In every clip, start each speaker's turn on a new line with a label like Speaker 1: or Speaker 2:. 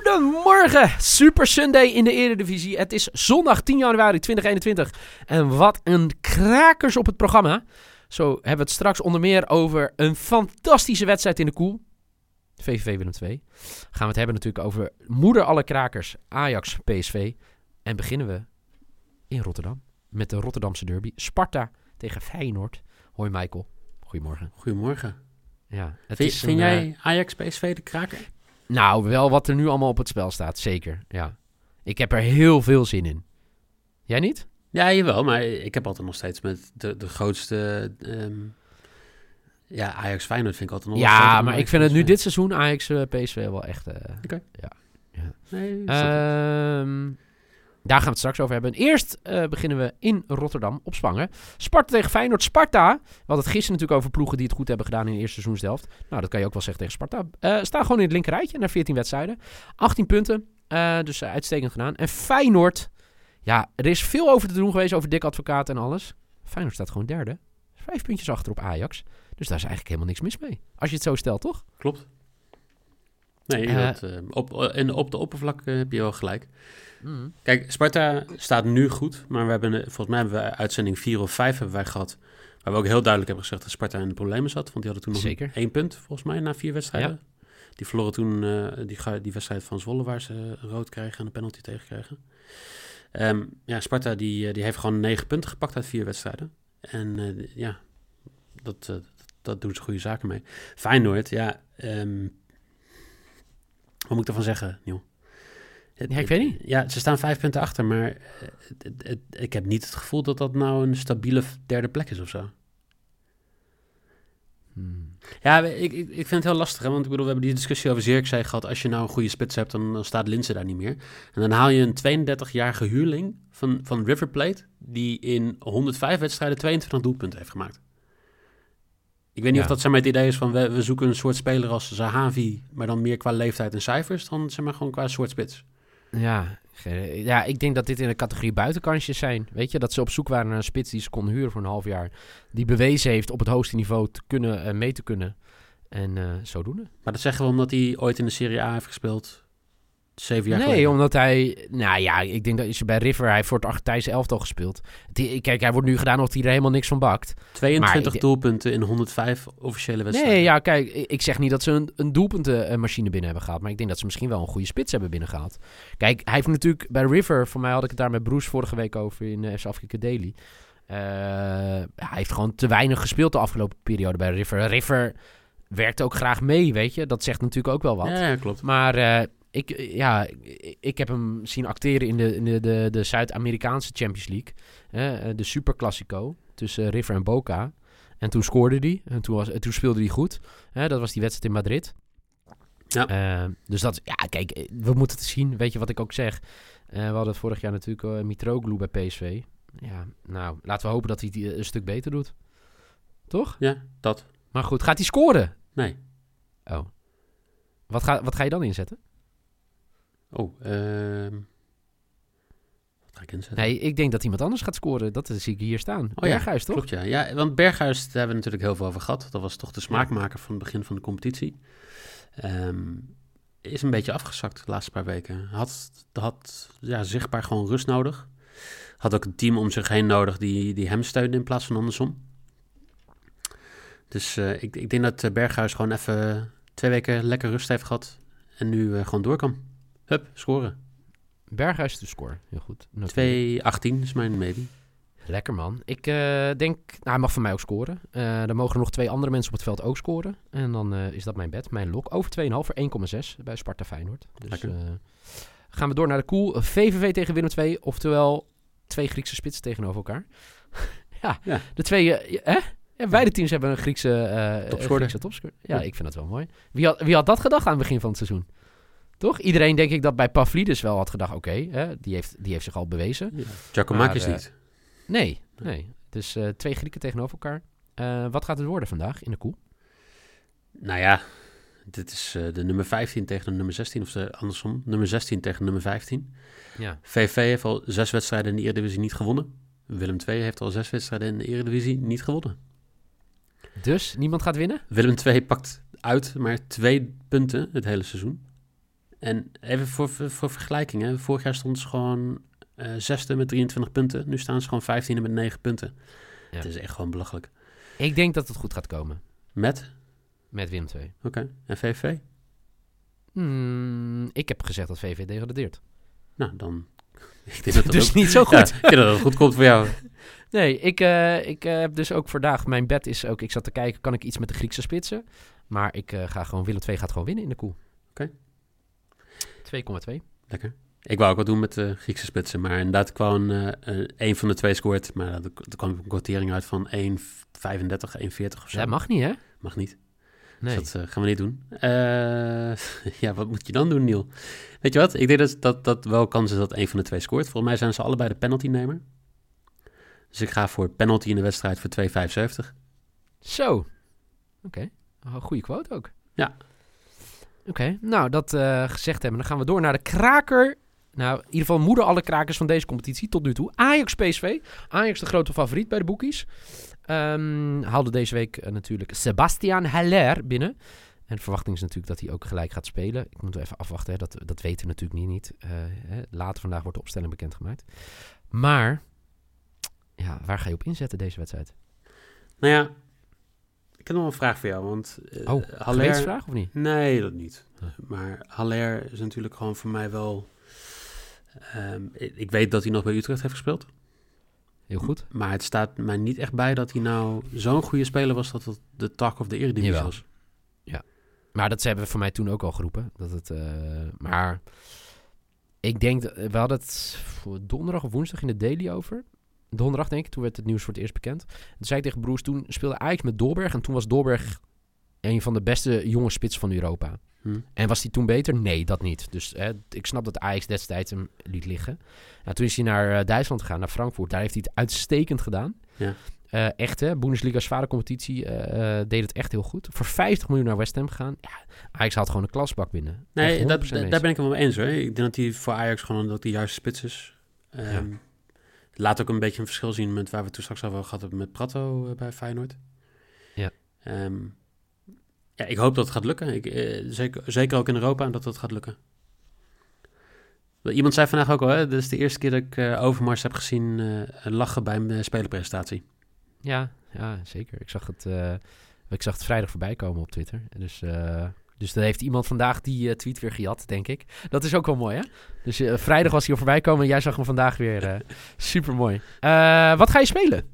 Speaker 1: Goedemorgen, Super Sunday in de Eredivisie. Het is zondag 10 januari 2021 en wat een krakers op het programma. Zo hebben we het straks onder meer over een fantastische wedstrijd in de koel. VVV Willem II. Gaan we het hebben natuurlijk over moeder alle krakers, Ajax PSV. En beginnen we in Rotterdam met de Rotterdamse derby. Sparta tegen Feyenoord. Hoi Michael, goedemorgen.
Speaker 2: Goedemorgen.
Speaker 1: Ja,
Speaker 2: Vind jij Ajax PSV de kraker?
Speaker 1: Nou, wel wat er nu allemaal op het spel staat, zeker. Ja. Ik heb er heel veel zin in. Jij niet?
Speaker 2: Ja, jawel, maar ik heb altijd nog steeds met de grootste... Ajax Feyenoord vind ik altijd nog...
Speaker 1: Ja, maar ik vind het nu dit seizoen Ajax PSV wel echt...
Speaker 2: Oké.
Speaker 1: Ja.
Speaker 2: Nee,
Speaker 1: daar gaan we het straks over hebben. Eerst beginnen we in Rotterdam op Spangen. Sparta tegen Feyenoord. Sparta, we hadden het gisteren natuurlijk over ploegen die het goed hebben gedaan in de eerste seizoenshelft. Nou, dat kan je ook wel zeggen tegen Sparta. Staan gewoon in het linkerrijtje na 14 wedstrijden. 18 punten, dus uitstekend gedaan. En Feyenoord, ja, er is veel over te doen geweest over Dick Advocaat en alles. Feyenoord staat gewoon derde. 5 puntjes achter op Ajax. Dus daar is eigenlijk helemaal niks mis mee. Als je het zo stelt, toch?
Speaker 2: Klopt. Nee, op de oppervlak heb je wel gelijk. Kijk, Sparta staat nu goed, maar volgens mij hebben we uitzending 4 of 5 hebben wij gehad, waar we ook heel duidelijk hebben gezegd dat Sparta in de problemen zat, want die hadden toen nog 1 punt, volgens mij, na 4 wedstrijden. Ja. Die verloren toen die wedstrijd van Zwolle, waar ze rood kregen en een penalty tegenkregen. Sparta die heeft gewoon 9 punten gepakt uit 4 wedstrijden. En dat doen ze goede zaken mee. Feyenoord, wat moet ik ervan zeggen, Niel?
Speaker 1: Ik weet niet.
Speaker 2: Ja, ze staan 5 punten achter, maar ik heb niet het gevoel dat dat nou een stabiele derde plek is of zo. Ja, ik vind het heel lastig, hè? Want ik bedoel, we hebben die discussie over Zirkzee gehad. Als je nou een goede spits hebt, dan staat Linse daar niet meer. En dan haal je een 32-jarige huurling van River Plate, die in 105 wedstrijden 22 doelpunten heeft gemaakt. Ik weet niet of dat zeg maar, het idee is van we zoeken een soort speler als Zahavi, maar dan meer qua leeftijd en cijfers, dan zeg maar gewoon qua soort spits.
Speaker 1: Ja, ik denk dat dit in de categorie buitenkansjes zijn. Weet je, dat ze op zoek waren naar een spits die ze konden huren voor een half jaar. Die bewezen heeft op het hoogste niveau te kunnen, mee te kunnen. En zodoende.
Speaker 2: Maar dat zeggen we omdat hij ooit in de Serie A heeft gespeeld 7 jaar geleden.
Speaker 1: Nee, omdat hij... Nou ja, ik denk dat is bij River... Hij heeft voor het Argentijnse elftal gespeeld. Kijk, hij wordt nu gedaan of hij er helemaal niks van bakt.
Speaker 2: 22 doelpunten in 105 officiële wedstrijden.
Speaker 1: Nee, ja, kijk, ik zeg niet dat ze een doelpuntenmachine binnen hebben gehaald. Maar ik denk dat ze misschien wel een goede spits hebben binnengehaald. Kijk, hij heeft natuurlijk bij River... Voor mij had ik het daar met Broes vorige week over in FC Afrika Daily. Hij heeft gewoon te weinig gespeeld de afgelopen periode bij River. River werkt ook graag mee, weet je. Dat zegt natuurlijk ook wel wat.
Speaker 2: Ja, klopt.
Speaker 1: Maar... Ik heb hem zien acteren in de Zuid-Amerikaanse Champions League. De Super Classico tussen River en Boca. En toen scoorde hij. En toen speelde hij goed. Dat was die wedstrijd in Madrid.
Speaker 2: Ja.
Speaker 1: Dus dat... Ja, kijk, we moeten het zien. Weet je wat ik ook zeg? We hadden het vorig jaar natuurlijk Mitroglou bij PSV. Ja, nou, laten we hopen dat hij het een stuk beter doet. Toch?
Speaker 2: Ja, dat.
Speaker 1: Maar goed, gaat hij scoren?
Speaker 2: Nee.
Speaker 1: Oh. Wat ga je dan inzetten?
Speaker 2: Wat ga ik inzetten?
Speaker 1: Nee, ik denk dat iemand anders gaat scoren. Dat zie ik hier staan. Berghuis, toch?
Speaker 2: Klopt, ja. Ja, want Berghuis, daar hebben we natuurlijk heel veel over gehad. Dat was toch de smaakmaker van het begin van de competitie. Is een beetje afgezakt de laatste paar weken. Had zichtbaar gewoon rust nodig. Had ook een team om zich heen nodig die hem steunde in plaats van andersom. Dus ik denk dat Berghuis gewoon even 2 weken lekker rust heeft gehad. En nu gewoon door kan. Hup, scoren.
Speaker 1: Berghuis de score. Heel goed.
Speaker 2: 2-18 is mijn maybe.
Speaker 1: Lekker man. Ik denk, hij mag van mij ook scoren. Dan mogen er nog 2 andere mensen op het veld ook scoren. En dan is dat mijn bet, mijn lok. Over 2,5 voor 1,6 bij Sparta Feyenoord. Dus gaan we door naar de koel. VVV tegen Willem II. Oftewel 2 Griekse spitsen tegenover elkaar. ja, de 2... Ja, beide teams hebben een Griekse topscorer. Ja, ik vind dat wel mooi. Wie had dat gedacht aan het begin van het seizoen? Toch? Iedereen denk ik dat bij Pavlidis wel had gedacht... Oké, die heeft zich al bewezen.
Speaker 2: Ja. Giacomakis niet.
Speaker 1: Nee. Dus 2 Grieken tegenover elkaar. Wat gaat het worden vandaag in de koel?
Speaker 2: Nou ja, dit is de nummer 15 tegen de nummer 16. Of andersom, nummer 16 tegen nummer 15.
Speaker 1: Ja.
Speaker 2: VV heeft al 6 wedstrijden in de Eredivisie niet gewonnen. Willem II heeft al 6 wedstrijden in de Eredivisie niet gewonnen.
Speaker 1: Dus niemand gaat winnen?
Speaker 2: Willem II pakt uit maar 2 punten het hele seizoen. En even voor vergelijking, hè. Vorig jaar stond ze gewoon 6e met 23 punten. Nu staan ze gewoon 15e met 9 punten. Ja. Het is echt gewoon belachelijk.
Speaker 1: Ik denk dat het goed gaat komen.
Speaker 2: Met
Speaker 1: Willem II.
Speaker 2: Oké. En VVV?
Speaker 1: Ik heb gezegd dat VVV degradeert.
Speaker 2: Nou, dan... Ik denk dat
Speaker 1: dus
Speaker 2: ook,
Speaker 1: niet zo goed.
Speaker 2: Ja, ik denk dat het goed komt voor jou.
Speaker 1: Nee, ik heb dus ook vandaag... Mijn bet is ook... Ik zat te kijken, kan ik iets met de Griekse spitsen? Maar ik ga gewoon... Willem II gaat gewoon winnen in de koel.
Speaker 2: Oké.
Speaker 1: 2,2.
Speaker 2: Lekker. Ik wou ook wat doen met de Griekse spitsen. Maar inderdaad gewoon één van de twee scoort. Maar er kwam een kwartering uit van 1,35, 1,40 of zo.
Speaker 1: Dat mag niet, hè?
Speaker 2: Mag niet.
Speaker 1: Nee.
Speaker 2: Dus dat gaan we niet doen. Ja, wat moet je dan doen, Niel? Weet je wat? Ik denk dat wel kans is dat één van de twee scoort. Volgens mij zijn ze allebei de penaltynemer. Dus ik ga voor penalty in de wedstrijd voor 2,75.
Speaker 1: Zo. Oké. Goede quote ook.
Speaker 2: Ja.
Speaker 1: Oké. Nou, dat gezegd hebben, dan gaan we door naar de kraker. Nou, in ieder geval moeder alle krakers van deze competitie tot nu toe. Ajax PSV. Ajax de grote favoriet bij de boekies. Haalde deze week natuurlijk Sebastian Haller binnen. En de verwachting is natuurlijk dat hij ook gelijk gaat spelen. Ik moet even afwachten, hè. Dat weten we natuurlijk niet. Later vandaag wordt de opstelling bekendgemaakt. Maar, ja, waar ga je op inzetten deze wedstrijd?
Speaker 2: Nou ja, ik heb nog een vraag voor jou. Want
Speaker 1: Haller... gewetensvraag of niet?
Speaker 2: Nee, dat niet. Maar Haller is natuurlijk gewoon voor mij wel... ik weet dat hij nog bij Utrecht heeft gespeeld.
Speaker 1: Heel goed.
Speaker 2: Maar het staat mij niet echt bij dat hij nou zo'n goede speler was dat het de tak of de Eredivisie was.
Speaker 1: Ja, maar dat hebben we voor mij toen ook al geroepen. Maar ik denk, we hadden het voor donderdag of woensdag in de Daily over. Donderdag denk ik, toen werd het nieuws voor het eerst bekend. Toen zei ik tegen Broers, toen speelde Ajax met Dolberg. En toen was Dolberg een van de beste jonge spits van Europa. En was hij toen beter? Nee, dat niet. Dus ik snap dat Ajax destijds hem liet liggen. Nou, toen is hij naar Duitsland gegaan, naar Frankfurt. Daar heeft hij het uitstekend gedaan.
Speaker 2: Ja.
Speaker 1: Echt, hè? Bundesliga's zware competitie deed het echt heel goed. Voor 50 miljoen naar West Ham gegaan. Ja, Ajax haalt gewoon een klasbak binnen.
Speaker 2: Nee, daar ben ik het wel mee eens hoor. Ik denk dat hij voor Ajax gewoon ook de juiste spits is. Laat ook een beetje een verschil zien met waar we toen straks over gehad hebben met Prato bij Feyenoord.
Speaker 1: Ja.
Speaker 2: Ja, ik hoop dat het gaat lukken. Zeker ook in Europa dat gaat lukken. Iemand zei vandaag ook al, hè, dit is de eerste keer dat ik Overmars heb gezien lachen bij een spelerpresentatie.
Speaker 1: Ja, zeker. Ik zag het vrijdag voorbij komen op Twitter. Dus dan heeft iemand vandaag die tweet weer gejat, denk ik. Dat is ook wel mooi, hè? Dus vrijdag was hij al voorbij komen en jij zag hem vandaag weer. Supermooi. Wat ga je spelen?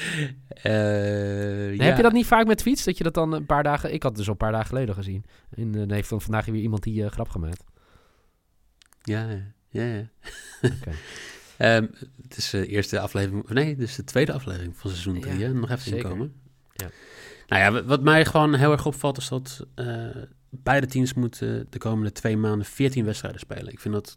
Speaker 1: Heb je dat niet vaak met tweets? Dat je dat dan een paar dagen... Ik had het dus al een paar dagen geleden gezien. En dan heeft dan vandaag weer iemand die grap gemaakt.
Speaker 2: Ja.
Speaker 1: Okay.
Speaker 2: Het is de eerste aflevering... Nee, het is de tweede aflevering van seizoen 3. Nog even inkomen. Ja. Nou ja, wat mij gewoon heel erg opvalt... is dat beide teams moeten de komende 2 maanden 14 wedstrijden spelen. Ik vind dat...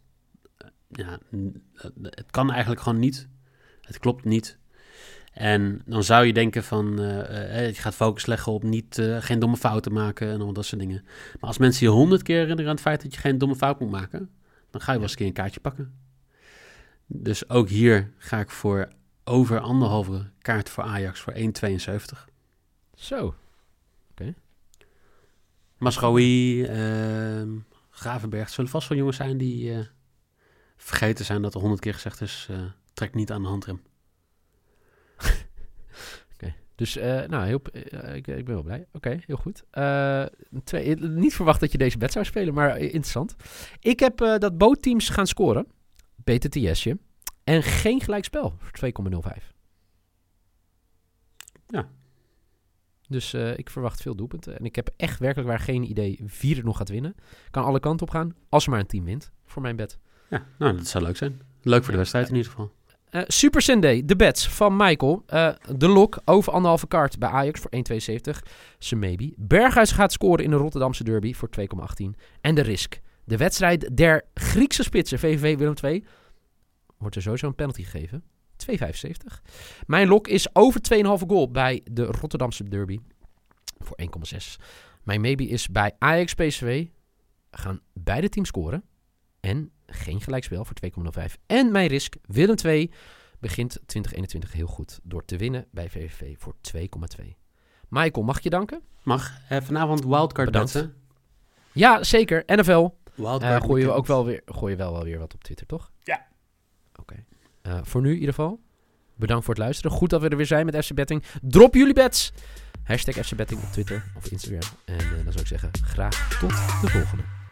Speaker 2: het kan eigenlijk gewoon niet. Het klopt niet. En dan zou je denken van... je gaat focus leggen op geen domme fouten maken... en al dat soort dingen. Maar als mensen je 100 keer herinneren aan het feit... dat je geen domme fout moet maken... dan ga je wel eens een keer een kaartje pakken. Dus ook hier ga ik voor over 1,5 kaart voor Ajax voor 1,72.
Speaker 1: Zo. Oké.
Speaker 2: Masraoui, Gravenberg... zullen vast wel jongens zijn die vergeten zijn... dat er 100 keer gezegd is... trek niet aan de handrem.
Speaker 1: Dus, ik ben wel blij. Oké, heel goed. Niet verwacht dat je deze bet zou spelen, maar interessant. Ik heb dat bootteams gaan scoren. BTTS'je. En geen gelijkspel voor 2,05.
Speaker 2: Ja.
Speaker 1: Dus ik verwacht veel doelpunten. En ik heb echt werkelijk waar geen idee wie er nog gaat winnen. Kan alle kanten op gaan, als er maar een team wint. Voor mijn bet.
Speaker 2: Ja, nou, dat zou leuk zijn. Leuk voor de wedstrijd in ieder geval.
Speaker 1: Super Sunday, de bets van Michael. De lok over 1,5 kaart bij Ajax voor 1,72. Semebi. Berghuis gaat scoren in de Rotterdamse derby voor 2,18. En de risk. De wedstrijd der Griekse spitsen, VVV Willem II. Wordt er sowieso een penalty gegeven. 2,75. Mijn lok is over 2,5 goal bij de Rotterdamse derby voor 1,6. Mijn maybe is bij Ajax PSV. Gaan beide teams scoren. En geen gelijkspel voor 2,05. En mijn risk, Willem II, begint 2021 heel goed door te winnen bij VVV voor 2,2. Michael, mag ik je danken?
Speaker 2: Mag. Vanavond wildcard bedankt.
Speaker 1: Ja, zeker. NFL. Gooi je wel weer wat op Twitter, toch?
Speaker 2: Ja.
Speaker 1: Oké. Voor nu in ieder geval. Bedankt voor het luisteren. Goed dat we er weer zijn met FC Betting. Drop jullie bets. #FC Betting op Twitter of Instagram. En dan zou ik zeggen, graag tot de volgende.